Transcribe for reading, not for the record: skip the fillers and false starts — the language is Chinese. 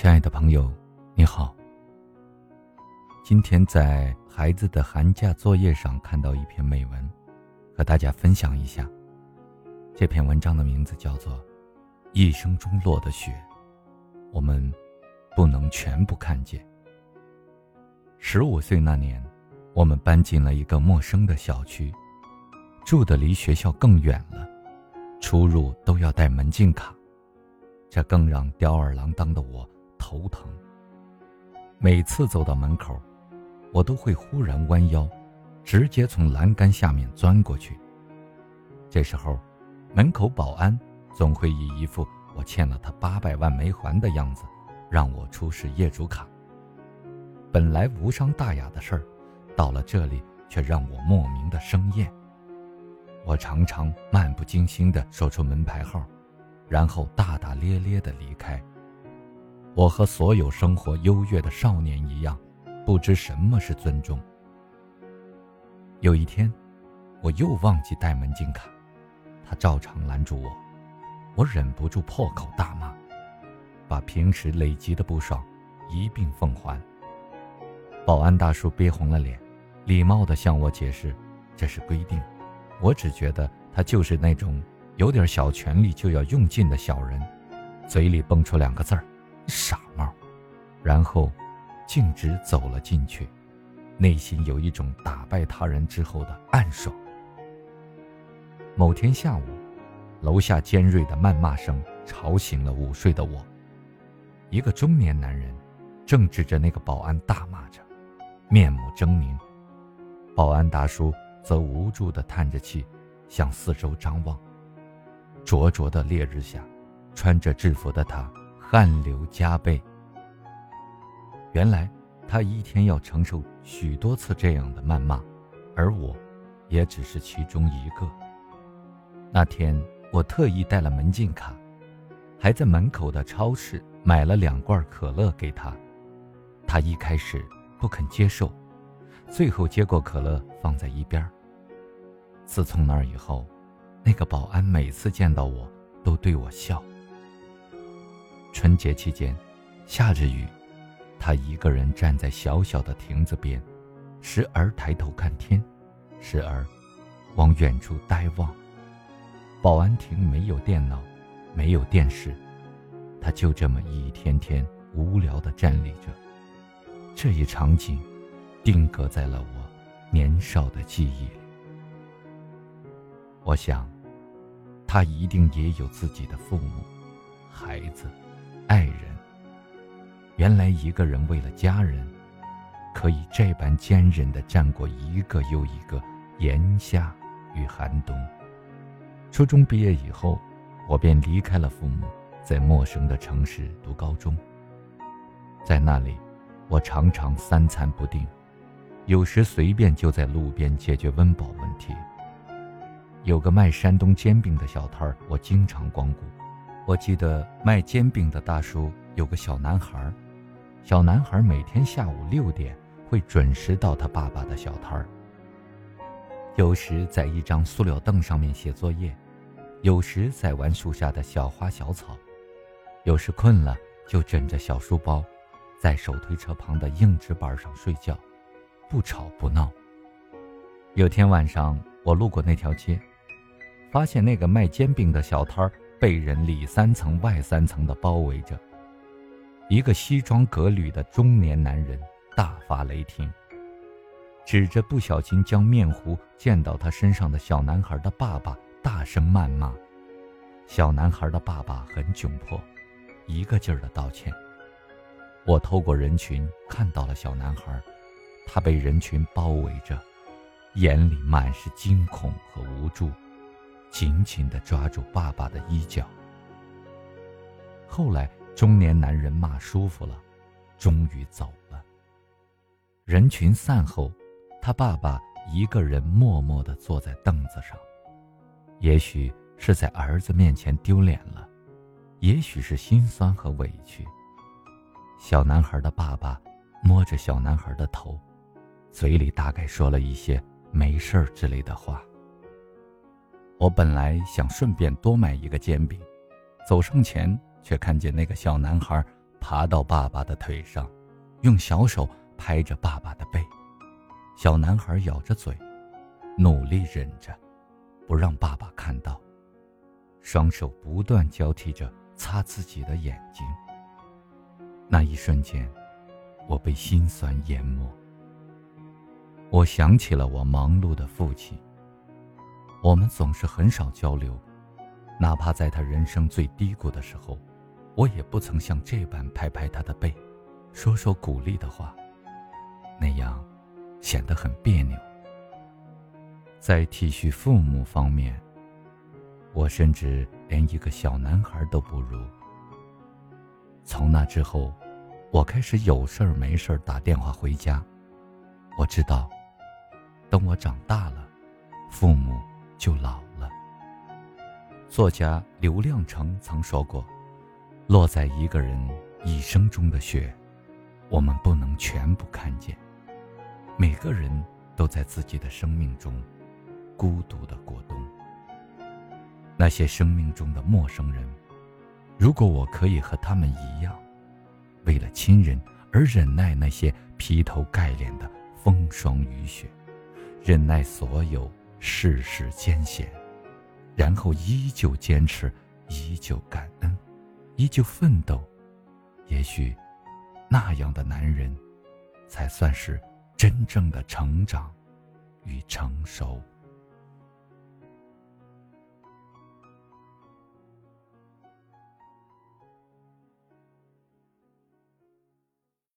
亲爱的朋友，你好。今天在孩子的寒假作业上看到一篇美文，和大家分享一下。这篇文章的名字叫做《一生中落的雪，我们不能全部看见》。15岁那年，我们搬进了一个陌生的小区，住得离学校更远了，出入都要带门禁卡，这更让吊儿郎当的我头疼。每次走到门口，我都会忽然弯腰，直接从栏杆下面钻过去。这时候，门口保安总会以一副我欠了他800万没还的样子，让我出示业主卡。本来无伤大雅的事儿，到了这里却让我莫名的生厌。我常常漫不经心地说出门牌号，然后大大咧咧地离开。我和所有生活优越的少年一样，不知什么是尊重。有一天，我又忘记带门禁卡，他照常拦住我，我忍不住破口大骂，把平时累积的不爽一并奉还。保安大叔憋红了脸，礼貌地向我解释这是规定。我只觉得他就是那种有点小权力就要用尽的小人，嘴里蹦出2个字儿：傻帽。然后径直走了进去，内心有一种打败他人之后的暗爽。某天下午，楼下尖锐的谩骂声吵醒了午睡的我。一个中年男人正指着那个保安大骂着，面目狰狞。保安大叔则无助地叹着气，向四周张望。灼灼的烈日下，穿着制服的他汗流浃背。原来他一天要承受许多次这样的谩骂，而我也只是其中一个。那天我特意带了门禁卡，还在门口的超市买了2罐可乐给他。他一开始不肯接受，最后接过可乐放在一边。自从那以后，那个保安每次见到我都对我笑。春节期间，下着雨，他一个人站在小小的亭子边，时而抬头看天，时而往远处呆望。保安亭没有电脑，没有电视，他就这么一天天无聊地站立着。这一场景定格在了我年少的记忆里。我想，他一定也有自己的父母、孩子、爱人。原来一个人为了家人，可以这般坚韧地战过一个又一个炎夏与寒冬。初中毕业以后，我便离开了父母，在陌生的城市读高中。在那里，我常常3餐不定，有时随便就在路边解决温饱问题。有个卖山东煎饼的小摊儿，我经常光顾。我记得卖煎饼的大叔有个小男孩，小男孩每天下午6点会准时到他爸爸的小摊儿。有时在一张塑料凳上面写作业，有时在玩树下的小花小草，有时困了就枕着小书包，在手推车旁的硬纸板上睡觉，不吵不闹。有天晚上，我路过那条街，发现那个卖煎饼的小摊儿被人里3层外3层的包围着。一个西装革履的中年男人大发雷霆，指着不小心将面糊溅到他身上的小男孩的爸爸大声谩骂。小男孩的爸爸很窘迫，一个劲儿地道歉。我透过人群看到了小男孩，他被人群包围着，眼里满是惊恐和无助，紧紧地抓住爸爸的衣角。后来中年男人骂舒服了，终于走了。人群散后，他爸爸一个人默默地坐在凳子上，也许是在儿子面前丢脸了，也许是心酸和委屈。小男孩的爸爸摸着小男孩的头，嘴里大概说了一些没事儿之类的话。我本来想顺便多买一个煎饼，走上前却看见那个小男孩爬到爸爸的腿上，用小手拍着爸爸的背。小男孩咬着嘴，努力忍着，不让爸爸看到，双手不断交替着擦自己的眼睛。那一瞬间，我被心酸淹没。我想起了我忙碌的父亲，我们总是很少交流，哪怕在他人生最低谷的时候，我也不曾像这般拍拍他的背，说说鼓励的话，那样显得很别扭。在体恤父母方面，我甚至连一个小男孩都不如。从那之后，我开始有事儿没事儿打电话回家。我知道，等我长大了，父母就老了。作家刘亮程曾说过，落在一个人一生中的雪，我们不能全部看见。每个人都在自己的生命中孤独地过冬。那些生命中的陌生人，如果我可以和他们一样，为了亲人而忍耐那些劈头盖脸的风霜雨雪，忍耐所有世事艰险，然后依旧坚持，依旧感恩，依旧奋斗，也许那样的男人才算是真正的成长与成熟。